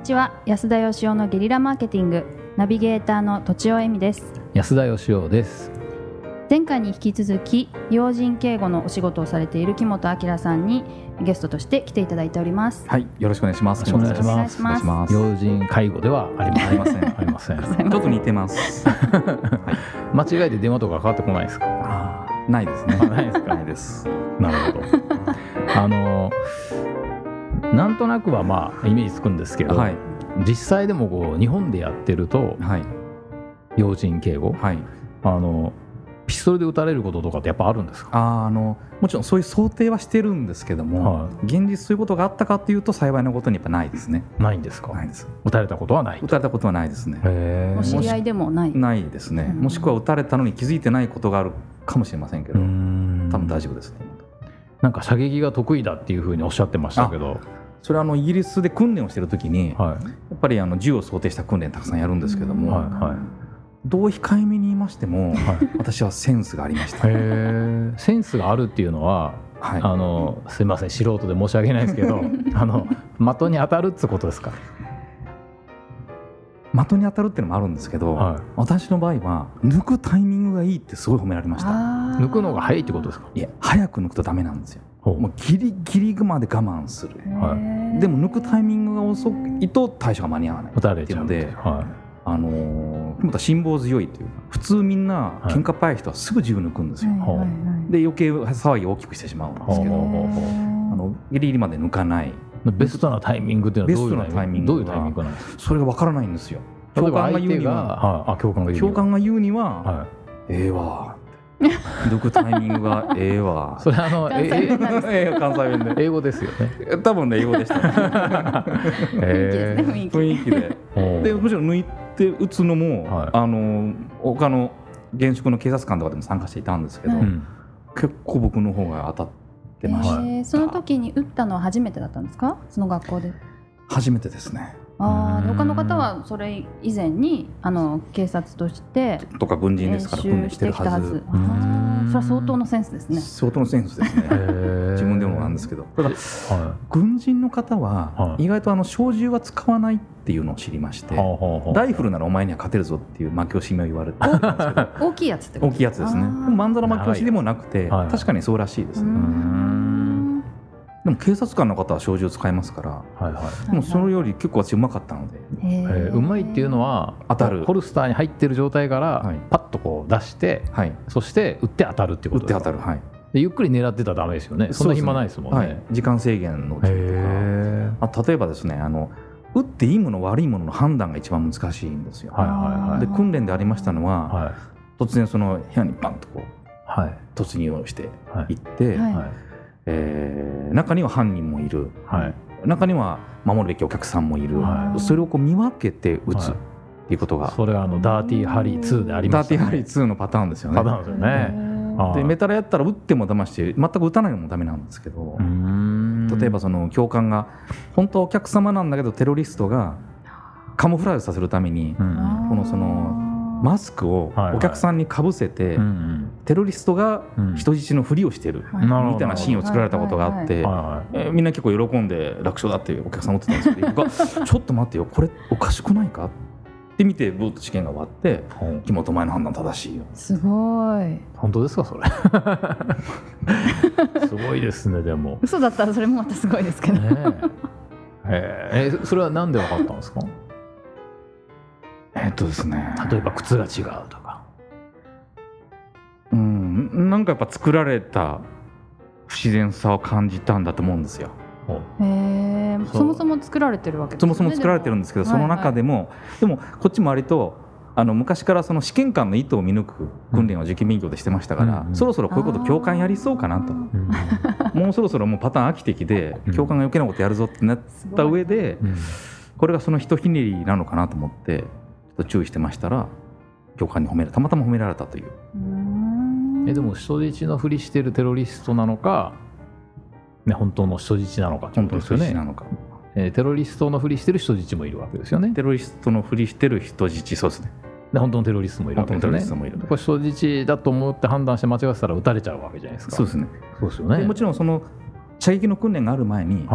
にちは。安田義雄のゲリラマーケティングナビゲーターの土地尾恵美です。 安田義雄です。 前回に引き続き要人警護のお仕事をされている木本明さんにゲストとして来ていただいております。 はい、よろしくお願いします。 よろしくお願いします。要人介護ではありません。ありません。 ちょっと似てます。 はい、間違えて電話とかかかってこないですか？ ないですね。 ないですか？ ないです。 なるほど。なんとなくはまあイメージつくんですけど、はい、実際でもこう日本でやってると、はい、要人警護、はい、ピストルで撃たれることとかってやっぱあるんですか？ もちろんそういう想定はしてるんですけども、はい、現実そういうことがあったかというと幸いなことにやっぱないですね。 ないんですか？ ないです。 撃たれたことはない。 撃たれたことはないですね。 お知り合いでもない。 ないですね。もしくは撃たれたのに気づいてないことがあるかもしれませんけど、多分大丈夫ですね。 なんか射撃が得意だっていうふうにおっしゃってましたけど、 それはイギリスで訓練をしているときに、はい、やっぱり銃を想定した訓練たくさんやるんですけども、はいはい、どう控えめに言いましても、はい、私はセンスがありました。 センスがあるっていうのは、はい、すいません素人で申し訳ないですけど的に当たるってことですか？ 的に当たるっていうのもあるんですけど、はい、私の場合は抜くタイミングがいいってすごい褒められました。 抜くのが早いってことですか？ いや、早く抜くとダメなんですよ。もうギリギリまで我慢する、はい、でも抜くタイミングが遅いと対処が間に合わないっていうので、また辛抱強いというか、普通みんな喧嘩っ早い人はすぐ銃抜くんですよ、はい、で余計騒ぎを大きくしてしまうんですけど、ギリギリまで抜かない。 ベストなタイミングっていうのはどういうタイミングなんですか？ それが分からないんですよ。 教官が言うには、 ええわ抜くタイミングがええわ。 それ関西弁で英語ですよね。 多分ね、英語でしたね。雰囲気で。でもちろん抜いて撃つのも、はい、他の現職の警察官とかでも参加していたんですけど、結構僕の方が当たってました。 その時に撃ったのは初めてだったんですか？その学校で。 初めてですね。 他の方はそれ以前に警察としてとか軍人ですから訓練してるはず。 それは相当のセンスですね。 相当のセンスですね。自分でもなんですけど、ただ、軍人の方は意外と小銃は使わないっていうのを知りまして、ライフルならお前には勝てるぞっていう負け惜しみを言われてたんですけど大きいやつってこと？ 大きいやつですね。でもまんざら負け惜しでもなくて、確かにそうらしいですね。でも警察官の方は小銃使いますから、はいはい、でもそれより結構私うまかったので、 うまいっていうのは当たるホルスターに入ってる状態からパッとこう出して、はい、そして撃って当たるってことですか？撃って当たる、はい、でゆっくり狙ってたらダメですよね。そんな暇ないですもんね。はい、 時間制限のうちとか、例えばですね、撃っていいもの悪いものの判断が一番難しいんですよ。はいはいはい、で訓練でありましたのは、はい、突然その部屋にバンとこう、はい、突入をしていって、はいはい、中には犯人もいる、はい、中には守るべきお客さんもいる、はい、それをこう見分けて撃つっていうことが、 それはダーティーハリー2でありましたね。 ダーティーハリー2のパターンですよね。 パターンですよね。 でメタルやったら撃っても騙して全く撃たないのもダメなんですけど、例えばその教官が本当はお客様なんだけどテロリストがカモフラージュさせるために、このそのマスクをお客さんにかぶせて、テロリストが人質のふりをしてるみたいなシーンを作られたことがあって、みんな結構喜んで楽勝だっていうお客さん持ってたんですけど、僕はちょっと待ってよ、これおかしくないかって見てブーッと試験が終わって、木本お前の判断正しいよ。 すごい。 本当ですかそれ？すごいですね。でも嘘だったらそれもまたすごいですけどね。 それは何で分かったんですか？ ですね、 例えば靴が違うとか、 なんかやっぱ作られた不自然さを感じたんだと思うんですよ。 そもそも作られてるわけですね。 そもそも作られてるんですけど、その中でも、でもこっちも割と昔からその試験官の意図を見抜く訓練を受験勉強でしてましたから、そろそろこういうこと教官やりそうかなと、もうそろそろもうパターン飽きてきて、教官が余計なことやるぞってなった上で、これがそのひとひねりなのかなと思ってちょっと注意してましたら、教官にたまたま褒められたという。 でも人質のふりしてるテロリストなのか、本当の人質なのかってことですよね。 本当の人質なのか、 テロリストのふりしてる人質もいるわけですよね。 テロリストのふりしてる人質、そうですね。 で本当のテロリストもいるわけですよね。これ人質だと思って判断して間違ってたら撃たれちゃうわけじゃないですか。 そうですね。 そうですよね。 でもちろんその射撃の訓練がある前に、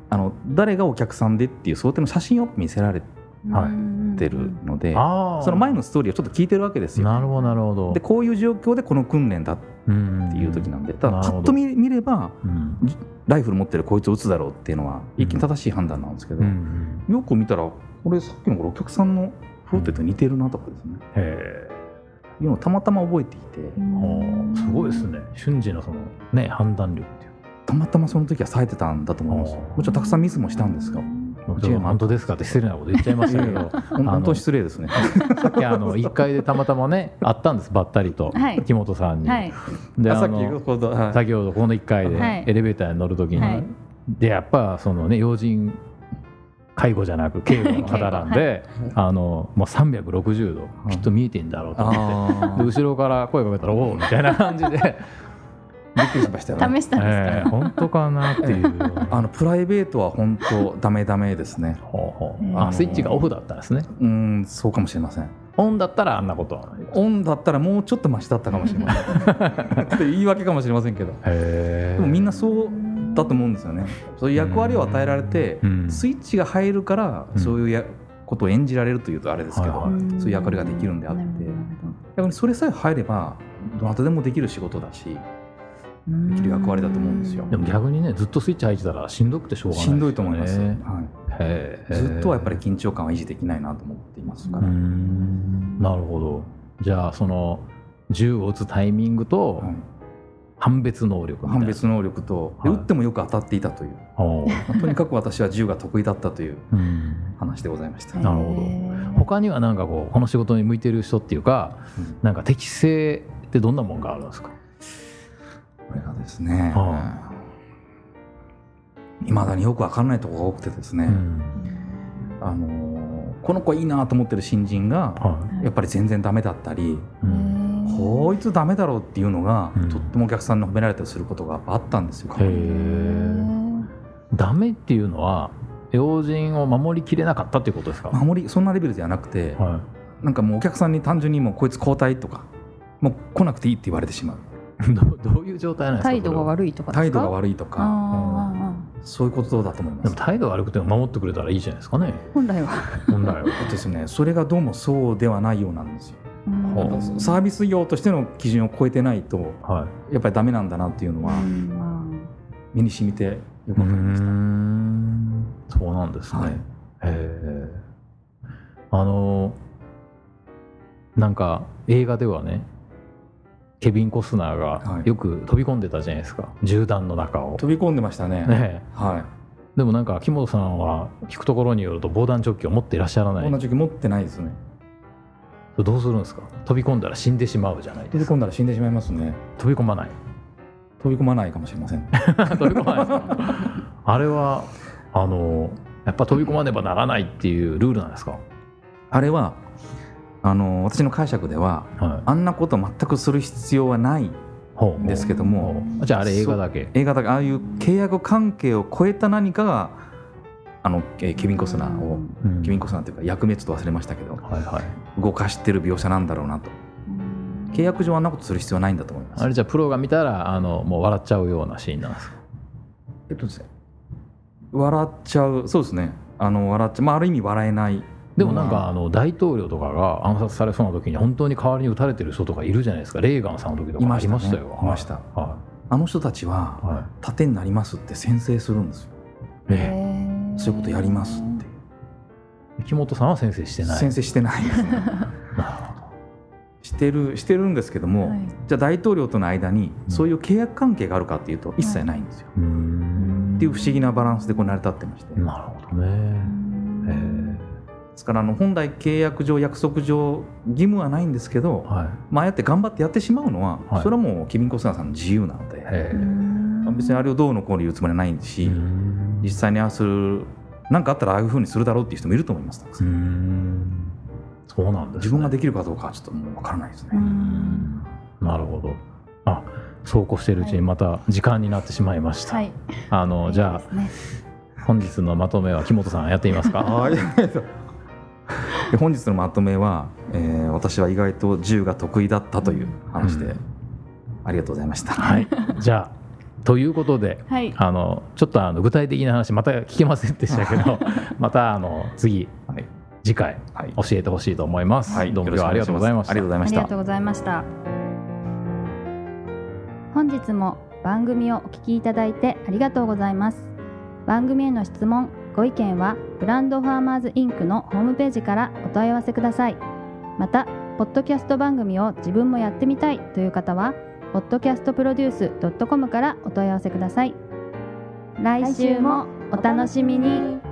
誰がお客さんでっていう想定の写真を見せられてるので、その前のストーリーをちょっと聞いてるわけですよ。 なるほどなるほど。 でこういう状況でこの訓練だっていう時なんで、ただパッと見れば、ライフル持ってるこいつを撃つだろうっていうのは一見正しい判断なんですけど、よく見たらこれさっきのお客さんのフローテと似てるなとかですね、いうのをたまたま覚えていて、 すごいですね。瞬時のそのね判断力っていう、 たまたまその時は冴えてたんだと思います。もちろんたくさんミスもしたんですが、 本当ですかって失礼なこと言っちゃいましたけど本当失礼ですね。 さっき1階でたまたまね会ったんです、ばったりと、木本さんに、で先ほどこの1階でエレベーターに乗るときに、でやっぱそのね要人介護じゃなく警護の方なんでもう360度きっと見えてんだろうと思って、で後ろから声かけたらおおみたいな感じでびっくりしましたよね。 試したんですか。 本当かなっていうプライベートは本当ダメですね。 スイッチがオフだったんですね。 そうかもしれません。 オンだったらあんなことはない。 オンだったらもうちょっとマシだったかもしれませんって言い訳かもしれませんけど、でもみんなそうだと思うんですよね。そういう役割を与えられて、スイッチが入るからそういうことを演じられるというとあれですけど、そういう役割ができるんであって、逆にそれさえ入ればどなたでもできる仕事だしできる役割だと思うんですよ。 でも逆にね、ずっとスイッチ入ってたらしんどくてしょうがないですよね。 しんどいと思います、ずっとはやっぱり緊張感は維持できないなと思っていますから。 なるほど。じゃあその銃を撃つタイミングと、判別能力と、撃ってもよく当たっていたという、とにかく私は銃が得意だったという話でございました。 なるほど。他にはなんかこの仕事に向いてる人っていうか、なんか適性ってどんなもんがあるんですか？ これがですね、未だによく分からないところが多くてですね、この子いいなと思ってる新人がやっぱり全然ダメだったり、こいつダメだろうっていうのが、とってもお客さんに褒められたりすることがあったんですよ。 ダメっていうのは要人を守りきれなかったっていうことですか？ そんなレベルではなくて、なんかもうお客さんに単純にもうこいつ交代とかもう来なくていいって言われてしまうどういう状態なんですか？ 態度が悪いとかですか？ 態度が悪いとか、そういうことだと思います。 でも態度悪くても守ってくれたらいいじゃないですかね。 本来はですね。それがどうもそうではないようなんですよ。サービス業としての基準を超えてないと、やっぱりダメなんだなっていうのは身に染みてよく分かりました。 そうなんですね。なんか映画ではね、ケビン・コスナーがよく飛び込んでたじゃないですか、銃弾の中を。 飛び込んでましたね。 でもなんか木本さんは聞くところによると防弾チョッキを持っていらっしゃらない。 防弾チョッキ持ってないですね。 どうするんですか？飛び込んだら死んでしまうじゃないですか。 飛び込んだら死んでしまいますね。 飛び込まないかもしれません。 飛び込まないですか？あれはやっぱ飛び込まねばならないっていうルールなんですか？ あれは私の解釈では、あんなこと全くする必要はないんですけども、 じゃああれ映画だけああいう契約関係を超えた何かがケビン・コスナーというか役名ちょっと忘れましたけど、動かしてる描写なんだろうなと。契約上あんなことする必要はないんだと思います。 あれじゃあプロが見たらもう笑っちゃうようなシーンなんですか？ ですね、笑っちゃう。そうですね。笑っちゃう、ある意味笑えない。 でもなんか大統領とかが暗殺されそうな時に本当に代わりに撃たれてる人とかいるじゃないですか。レーガンさんの時とかありましたよ。 いました。あの人たちは盾になりますって宣誓するんですよ。そういうことやりますっていう。 木本さんは宣誓してない？ 宣誓してないですね。してるんですけども、じゃあ大統領との間にそういう契約関係があるかっていうと一切ないんですよ。っていう不思議なバランスで成り立ってまして。 なるほどね。 ですから本来契約上約束上義務はないんですけど、ああやって頑張ってやってしまうのは、それはもうケビン・コスナーさんの自由なので、別にあれをどうのこうの言うつもりはないし、実際に何かあったらああいうふうにするだろうっていう人もいると思います。 そうなんですね。 自分ができるかどうかはちょっともう分からないですね。 なるほど。そうこうしているうちにまた時間になってしまいました。じゃあ本日のまとめは木本さんやってみますか？ 本日のまとめは、私は意外と銃が得意だったという話で、ありがとうございました。 じゃあということで、 はい、 ちょっと具体的な話また聞けませんでしたけどまた次回教えてほしいと思います、 はい、 どうも今日はありがとうございました。 ありがとうございました。本日も番組をお聞きいただいてありがとうございます。番組への質問ご意見はブランドファーマーズインクのホームページからお問い合わせください。またポッドキャスト番組を自分もやってみたいという方はpodcastproduce.com からお問い合わせください。来週もお楽しみに。